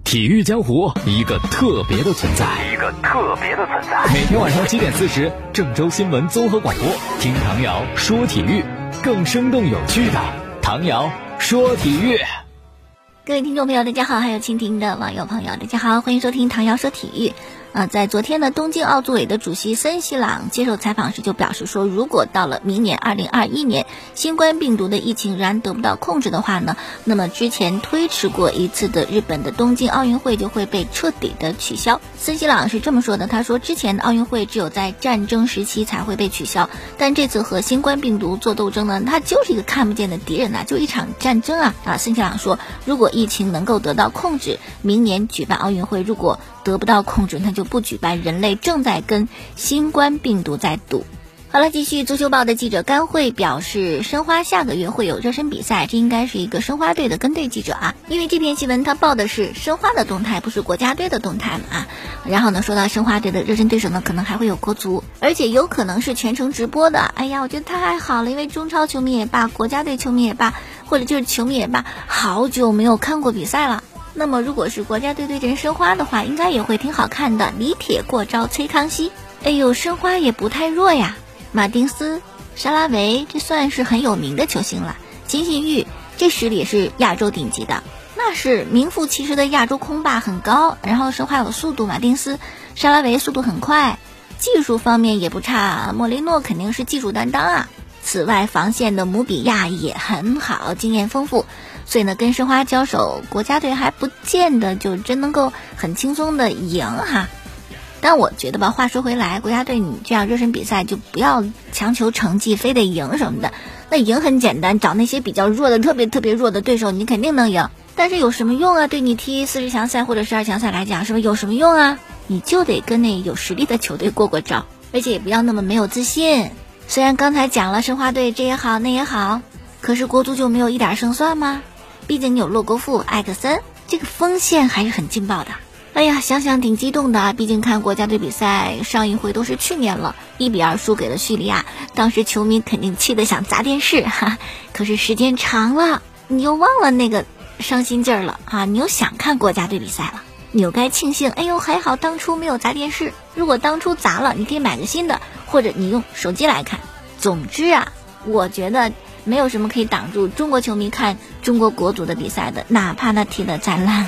体育江湖，一个特别的存在。每天晚上7点40，郑州新闻综合广播，听唐瑶说体育，更生动有趣的唐瑶说体育。 各位听众朋友大家好，还有蜻蜓的网友朋友大家好，欢迎收听唐瑶说体育。在昨天的东京奥组委的主席森喜朗接受采访时就表示说，如果到了明年2021年新冠病毒的疫情仍然得不到控制的话呢，那么之前推迟过一次的日本的东京奥运会就会被彻底的取消。森喜朗是这么说的，他说之前的奥运会只有在战争时期才会被取消，但这次和新冠病毒做斗争呢，它就是一个看不见的敌人就一场战争森喜朗说，如果疫情能够得到控制，明年举办奥运会，如果得不到控制，那就不举办，人类正在跟新冠病毒在赌。好了，继续足球报的记者甘慧表示，申花下个月会有热身比赛，这应该是一个申花队的跟队记者因为这篇新闻他报的是申花的动态，不是国家队的动态然后呢，说到申花队的热身对手呢，可能还会有国足，而且有可能是全程直播的。哎呀，我觉得太好了，因为中超球迷也罢，国家队球迷也罢，或者就是球迷也罢，好久没有看过比赛了。那么如果是国家队对阵申花的话，应该也会挺好看的。李铁过招崔康熙，哎呦，申花也不太弱呀。马丁斯、沙拉维，这算是很有名的球星了。金信煜，这实力也是亚洲顶级的，那是名副其实的亚洲空霸，很高。然后申花有速度，马丁斯、沙拉维速度很快，技术方面也不差。莫雷诺肯定是技术担当此外，防线的姆比亚也很好，经验丰富。所以呢，跟申花交手，国家队还不见得就真能够很轻松的赢但我觉得吧，话说回来，国家队你这样热身比赛就不要强求成绩，非得赢什么的。那赢很简单，找那些比较弱的、特别弱的对手，你肯定能赢。但是有什么用对你踢40强赛或者12强赛来讲，是不是有什么用你就得跟那有实力的球队过招，而且也不要那么没有自信。虽然刚才讲了申花队这也好那也好，可是国足就没有一点胜算吗？毕竟你有洛国富、艾克森，这个锋线还是很劲爆的。哎呀，想想挺激动的毕竟看国家队比赛，上一回都是去年了，1-2输给了叙利亚，当时球迷肯定气得想砸电视可是时间长了，你又忘了那个伤心劲儿了你又想看国家队比赛了，你又该庆幸，哎呦，还好当初没有砸电视，如果当初砸了，你可以买个新的，或者你用手机来看。总之我觉得没有什么可以挡住中国球迷看中国国足的比赛的，哪怕他踢得再烂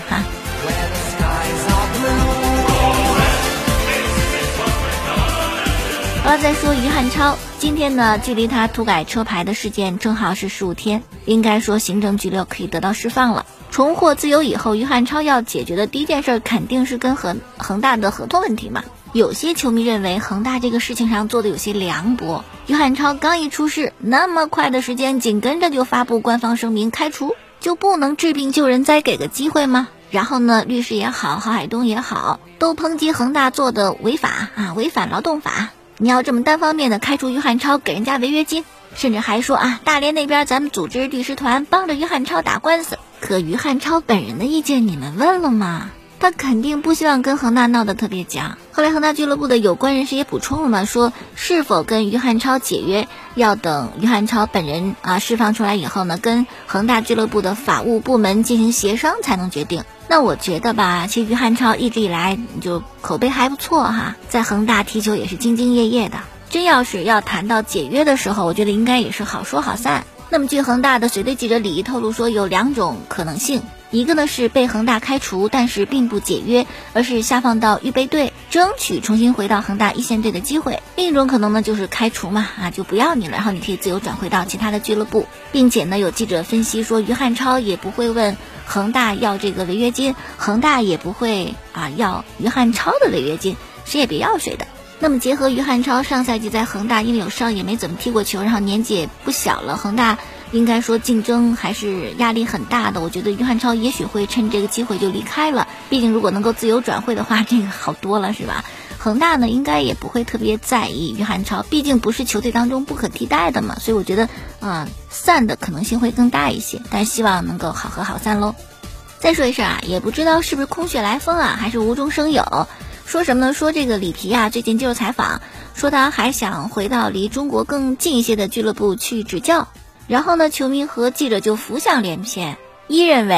好了，再说于汉超，今天呢，距离他涂改车牌的事件正好是15天，应该说行政拘留可以得到释放了。重获自由以后，于汉超要解决的第一件事肯定是跟恒大的合同问题嘛。有些球迷认为恒大这个事情上做的有些凉薄，于汉超刚一出事，那么快的时间紧跟着就发布官方声明开除，就不能治病救人再给个机会吗？然后呢，律师也好，郝海东也好，都抨击恒大做的违法违反劳动法。你要这么单方面的开除于汉超，给人家违约金，甚至还说大连那边咱们组织律师团帮着于汉超打官司。可于汉超本人的意见你们问了吗？他肯定不希望跟恒大闹得特别僵。后来恒大俱乐部的有关人士也补充了嘛，说是否跟于汉超解约，要等于汉超本人释放出来以后呢，跟恒大俱乐部的法务部门进行协商才能决定。那我觉得吧，其实于汉超一直以来就口碑还不错在恒大踢球也是兢兢业业的。真要是要谈到解约的时候，我觉得应该也是好说好散。那么据恒大的随队记者李毅透露说，有2种可能性，一个呢是被恒大开除，但是并不解约，而是下放到预备队，争取重新回到恒大一线队的机会。另一种可能呢就是开除嘛就不要你了，然后你可以自由转回到其他的俱乐部。并且呢有记者分析说，于汉超也不会问恒大要这个违约金，恒大也不会要于汉超的违约金，谁也别要谁的。那么结合于汉超上赛季在恒大因为有伤也没怎么踢过球，然后年纪也不小了，恒大应该说竞争还是压力很大的。我觉得于汉超也许会趁这个机会就离开了，毕竟如果能够自由转会的话，这个好多了是吧？恒大呢应该也不会特别在意于汉超，毕竟不是球队当中不可替代的嘛，所以我觉得散的可能性会更大一些，但希望能够好合好散喽。再说一声也不知道是不是空穴来风还是无中生有。说什么呢？说这个里皮最近接受采访，说他还想回到离中国更近一些的俱乐部去执教。然后呢，球迷和记者就浮想联翩，一认为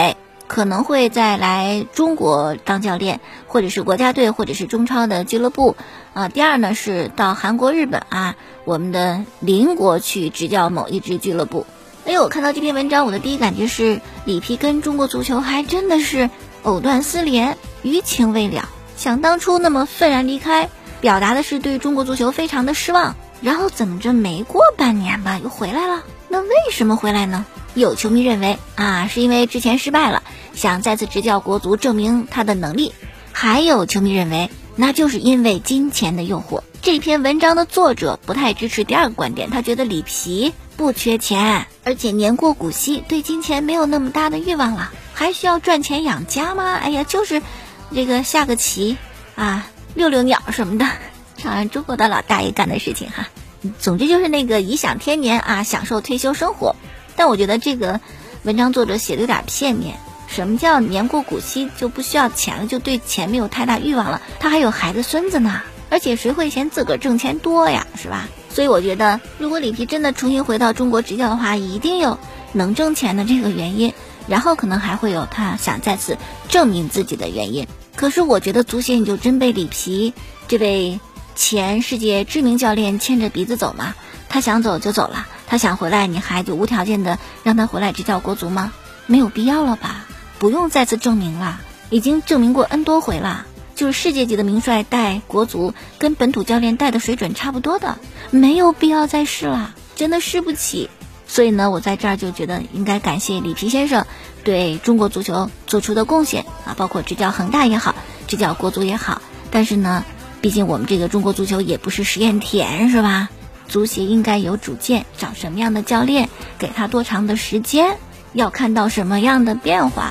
可能会再来中国当教练，或者是国家队，或者是中超的俱乐部。第二呢是到韩国、日本我们的邻国去执教某一支俱乐部。我看到这篇文章，我的第一感觉是里皮跟中国足球还真的是藕断丝连，余情未了。想当初那么愤然离开，表达的是对中国足球非常的失望，然后怎么着没过半年吧又回来了。那为什么回来呢？有球迷认为是因为之前失败了，想再次执教国足证明他的能力。还有球迷认为那就是因为金钱的诱惑。这篇文章的作者不太支持第二个观点，他觉得里皮不缺钱，而且年过古稀，对金钱没有那么大的欲望了，还需要赚钱养家吗？就是这个下个棋遛遛鸟什么的，常中国的老大爷干的事情哈。总之就是那个颐享天年享受退休生活。但我觉得这个文章作者写的有点片面。什么叫年过古稀就不需要钱了，就对钱没有太大欲望了？他还有孩子孙子呢，而且谁会嫌自个儿挣钱多呀，是吧？所以我觉得如果里皮真的重新回到中国执教的话，一定有能挣钱的这个原因，然后可能还会有他想再次证明自己的原因。可是我觉得足协你就真被里皮这位前世界知名教练牵着鼻子走吗？他想走就走了，他想回来你还就无条件的让他回来执教国足吗？没有必要了吧，不用再次证明了，已经证明过 N 多回了，就是世界级的名帅带国足跟本土教练带的水准差不多的，没有必要再试了，真的试不起。所以呢，我在这儿就觉得应该感谢里皮先生对中国足球做出的贡献包括执教恒大也好，执教国足也好。但是呢，毕竟我们这个中国足球也不是实验田，是吧？足协应该有主见，找什么样的教练，给他多长的时间，要看到什么样的变化。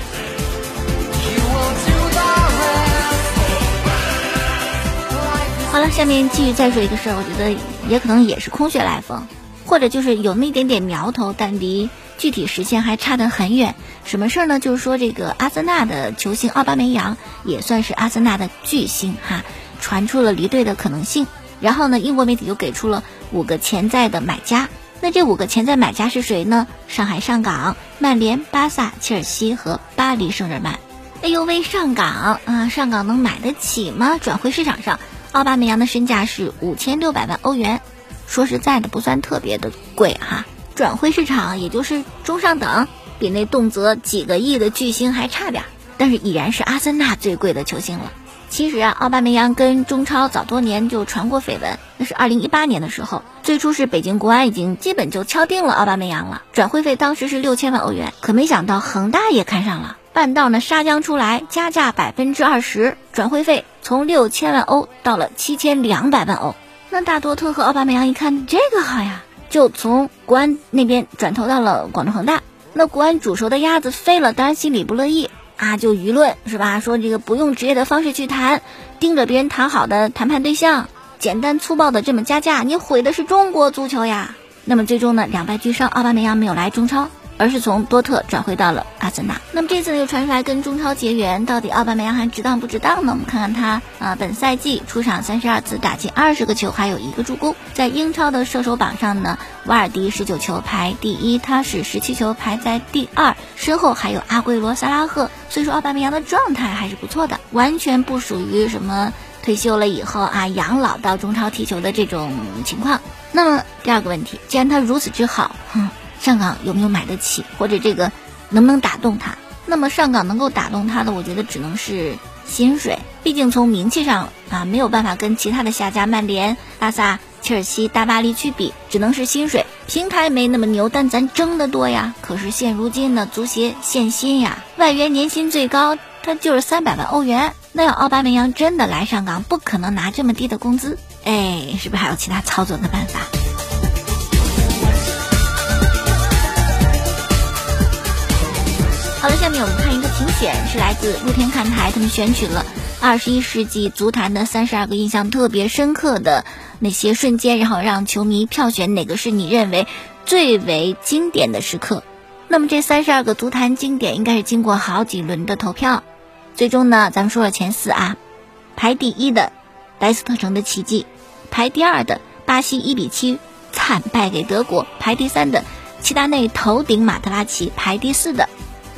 好了，下面继续再说一个事儿，我觉得也可能也是空穴来风，或者就是有那么一点点苗头，但离具体实现还差得很远。什么事儿呢？就是说这个阿森纳的球星奥巴梅扬也算是阿森纳的巨星传出了离队的可能性。然后呢，英国媒体就给出了5个潜在的买家。那这5个潜在买家是谁呢？上海上港、曼联、巴萨、切尔西和巴黎圣日耳曼。上港上港能买得起吗？转会市场上奥巴梅扬的身价是5600万欧元，说实在的不算特别的贵转会市场也就是中上等，比那动辄几个亿的巨星还差点，但是已然是阿森纳最贵的球星了。其实奥巴梅扬跟中超早多年就传过绯闻，那是2018年的时候，最初是北京国安已经基本就敲定了奥巴梅扬了，转会费当时是6000万欧元，可没想到恒大也看上了，半道呢杀将出来，加价20%，转会费从6000万欧到了7200万欧。那大多特和奥巴梅扬一看这个好呀，就从国安那边转投到了广州恒大。那国安煮熟的鸭子飞了，当然心里不乐意就舆论是吧，说这个不用职业的方式去谈，盯着别人谈好的谈判对象，简单粗暴的这么加价，你毁的是中国足球呀。那么最终呢，两败俱伤，奥巴梅扬没有来中超，而是从多特转回到了阿森纳。那么这次呢又传出来跟中超结缘，到底奥巴梅扬还值当不值当呢？我们看看他本赛季出场32次，打进20个球，还有1个助攻。在英超的射手榜上呢，瓦尔迪19球排第1，他是17球排在第2，身后还有阿圭罗、萨拉赫。所以说奥巴梅扬的状态还是不错的，完全不属于什么退休了以后养老到中超踢球的这种情况。那么第二个问题，既然他如此之好，上港有没有买得起，或者这个能不能打动他？那么上港能够打动他的，我觉得只能是薪水，毕竟从名气上没有办法跟其他的下家曼联、巴萨、切尔西、大巴黎去比，只能是薪水。平台没那么牛，但咱挣得多呀。可是现如今呢，足协限薪呀，外援年薪最高他就是300万欧元。那要奥巴梅扬真的来上港，不可能拿这么低的工资，是不是还有其他操作的办法？好了，下面我们看一个评选，是来自露天看台，他们选取了21世纪足坛的32个印象特别深刻的那些瞬间，然后让球迷票选哪个是你认为最为经典的时刻。那么这32个足坛经典应该是经过好几轮的投票，最终呢咱们说了前4排第1的莱斯特城的奇迹，排第2的巴西1-7惨败给德国，排第3的齐达内头顶马特拉齐，排第4的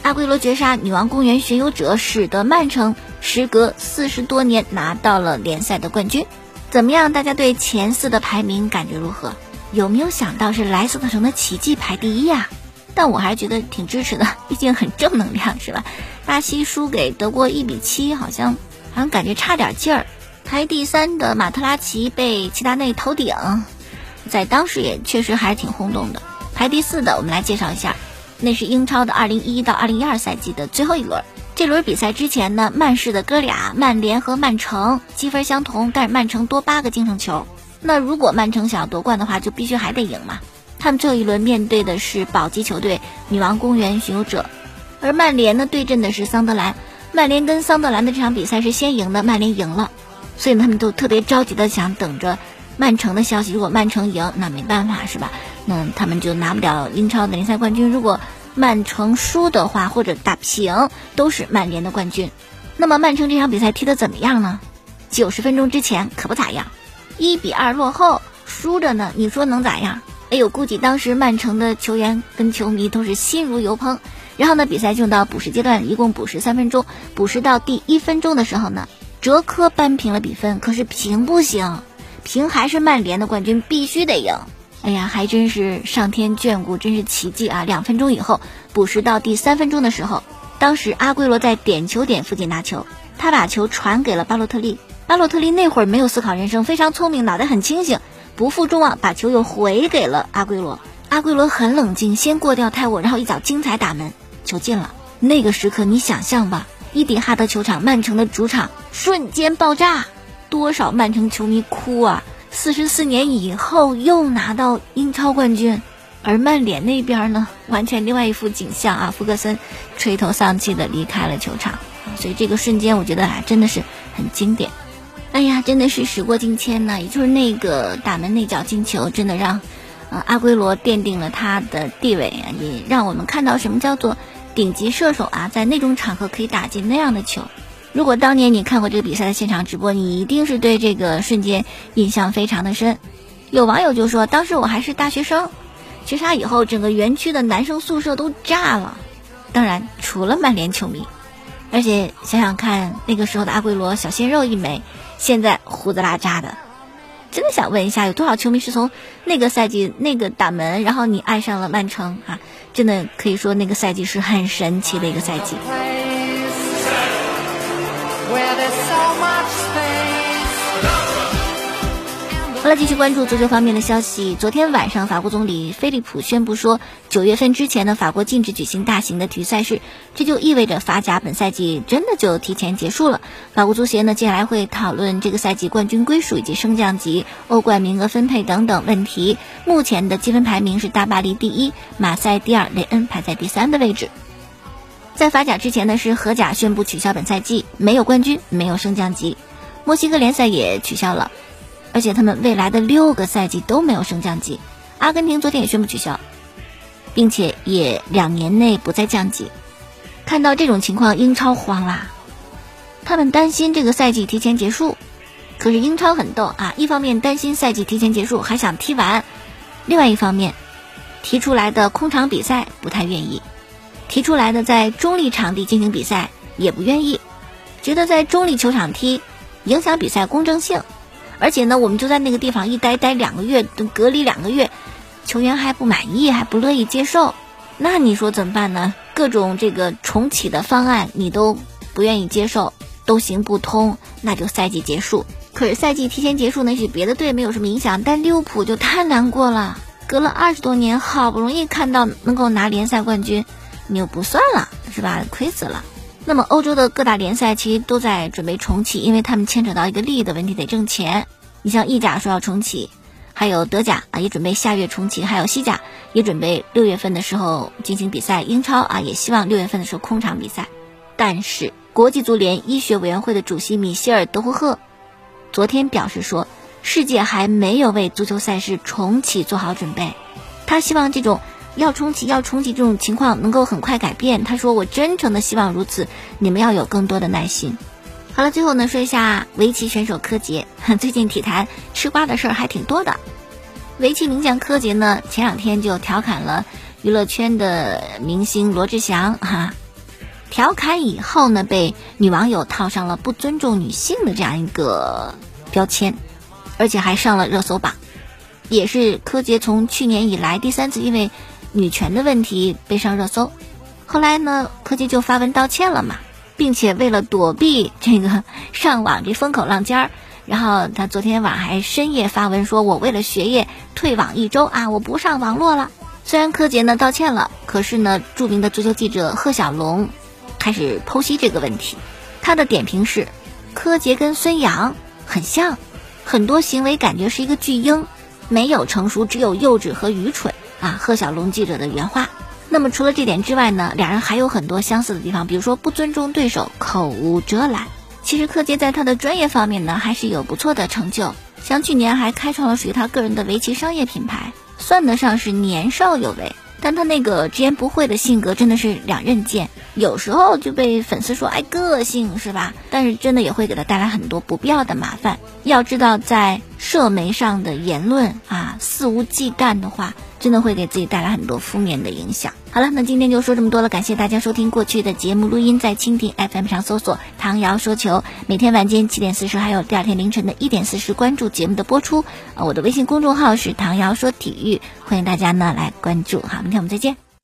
阿圭罗绝杀女王公园巡游者，使得曼城时隔40多年拿到了联赛的冠军。怎么样？大家对前4的排名感觉如何？有没有想到是莱斯特城的奇迹排第1啊？但我还是觉得挺支持的，毕竟很正能量，是吧？巴西输给德国1-7，好像感觉差点劲儿。排第3的马特拉齐被齐达内头顶，在当时也确实还是挺轰动的。排第4的，我们来介绍一下，那是英超的2011到2012赛季的最后一轮。这轮比赛之前呢，曼市的哥俩曼联和曼城积分相同，但是曼城多8个净胜球。那如果曼城想要夺冠的话，就必须还得赢嘛。他们最后一轮面对的是保级球队女王公园巡游者，而曼联呢对阵的是桑德兰。曼联跟桑德兰的这场比赛是先赢的，曼联赢了，所以他们都特别着急的想等着曼城的消息。如果曼城赢，那没办法，是吧？那他们就拿不了英超的联赛冠军。如果曼城输的话，或者打平，都是曼联的冠军。那么曼城这场比赛踢得怎么样呢？90分钟之前可不咋样，1-2落后，输着呢，你说能咋样？哎呦，估计当时曼城的球员跟球迷都是心如油烹。然后呢，比赛进入到补时阶段，一共补时3分钟。补时到第1分钟的时候呢，哲科扳平了比分，可是平不行，平还是曼联的冠军，必须得赢。哎呀，还真是上天眷顾，真是奇迹啊！2分钟以后，补时到第3分钟的时候，当时阿圭罗在点球点附近拿球，他把球传给了巴洛特利。巴洛特利那会儿没有思考人生，非常聪明，脑袋很清醒，不负众望，把球又回给了阿圭罗。阿圭罗很冷静，先过掉泰沃，然后一脚精彩打门，球进了。那个时刻你想象吧，伊蒂哈德球场，曼城的主场瞬间爆炸，多少曼城球迷哭啊！44年以后又拿到英超冠军。而曼联那边呢，完全另外一幅景象啊，福格森垂头丧气的离开了球场。所以这个瞬间我觉得真的是很经典。哎呀，真的是时过境迁呢，也就是那个打门那脚进球，真的让阿圭罗奠定了他的地位啊，也让我们看到什么叫做顶级射手啊，在那种场合可以打进那样的球。如果当年你看过这个比赛的现场直播，你一定是对这个瞬间印象非常的深。有网友就说，当时我还是大学生，绝杀以后整个园区的男生宿舍都炸了，当然除了曼联球迷。而且想想看，那个时候的阿圭罗小鲜肉一枚，现在胡子拉碴的。真的想问一下，有多少球迷是从那个赛季那个打门，然后你爱上了曼城啊？真的可以说那个赛季是很神奇的一个赛季。好了，继续关注足球方面的消息。昨天晚上，法国总理菲利普宣布说，9月份之前呢，法国禁止举行大型的体育赛事，这就意味着法甲本赛季真的就提前结束了。法国足协呢，接下来会讨论这个赛季冠军归属以及升降级、欧冠名额分配等等问题。目前的积分排名是大巴黎第1，马赛第2，雷恩排在第3的位置。在法甲之前呢，是荷甲宣布取消本赛季，没有冠军，没有升降级。墨西哥联赛也取消了。而且他们未来的6个赛季都没有升降级。阿根廷昨天也宣布取消，并且也2年内不再降级。看到这种情况，英超慌啦，他们担心这个赛季提前结束。可是英超很逗啊，一方面担心赛季提前结束，还想踢完；另外一方面，提出来的空场比赛不太愿意，提出来的在中立场地进行比赛也不愿意，觉得在中立球场踢影响比赛公正性。而且呢，我们就在那个地方一待2个月，隔离2个月，球员还不满意，还不乐意接受，那你说怎么办呢？各种这个重启的方案你都不愿意接受，都行不通，那就赛季结束。可是赛季提前结束呢，许别的队没有什么影响，但利物浦就太难过了，隔了20多年，好不容易看到能够拿联赛冠军，你又不算了，是吧？亏死了。那么欧洲的各大联赛其实都在准备重启，因为他们牵扯到一个利益的问题，得挣钱。你像意甲说要重启，还有德甲也准备下月重启，还有西甲也准备6月份的时候进行比赛，英超也希望6月份的时候空场比赛。但是国际足联医学委员会的主席米歇尔·德胡赫昨天表示说，世界还没有为足球赛事重启做好准备，他希望这种要重启这种情况能够很快改变。他说，我真诚的希望如此，你们要有更多的耐心。好了，最后呢说一下围棋选手柯洁，最近体坛吃瓜的事儿还挺多的。围棋名将柯洁呢，前2天就调侃了娱乐圈的明星罗志祥调侃以后呢，被女网友套上了不尊重女性的这样一个标签，而且还上了热搜榜，也是柯洁从去年以来第3次因为女权的问题被上热搜。后来呢，柯洁就发文道歉了嘛，并且为了躲避这个上网这风口浪尖儿，然后他昨天晚上还深夜发文说，我为了学业退网1周啊，我不上网络了。虽然柯洁呢道歉了，可是呢，著名的足球记者贺小龙开始剖析这个问题。他的点评是，柯洁跟孙杨很像，很多行为感觉是一个巨婴，没有成熟，只有幼稚和愚蠢啊。贺小龙记者的原话。那么除了这点之外呢，两人还有很多相似的地方，比如说不尊重对手，口无遮拦。其实柯洁在他的专业方面呢，还是有不错的成就，像去年还开创了属于他个人的围棋商业品牌，算得上是年少有为。但他那个直言不讳的性格真的是两刃剑，有时候就被粉丝说个性是吧，但是真的也会给他带来很多不必要的麻烦。要知道在社媒上的言论肆无忌惮的话，真的会给自己带来很多负面的影响。好了，那今天就说这么多了，感谢大家收听过去的节目录音，在蜻蜓 FM 上搜索唐瑶说球，每天晚间7点40还有第二天凌晨的1点40关注节目的播出。我的微信公众号是唐瑶说体育，欢迎大家呢来关注。好，明天我们再见。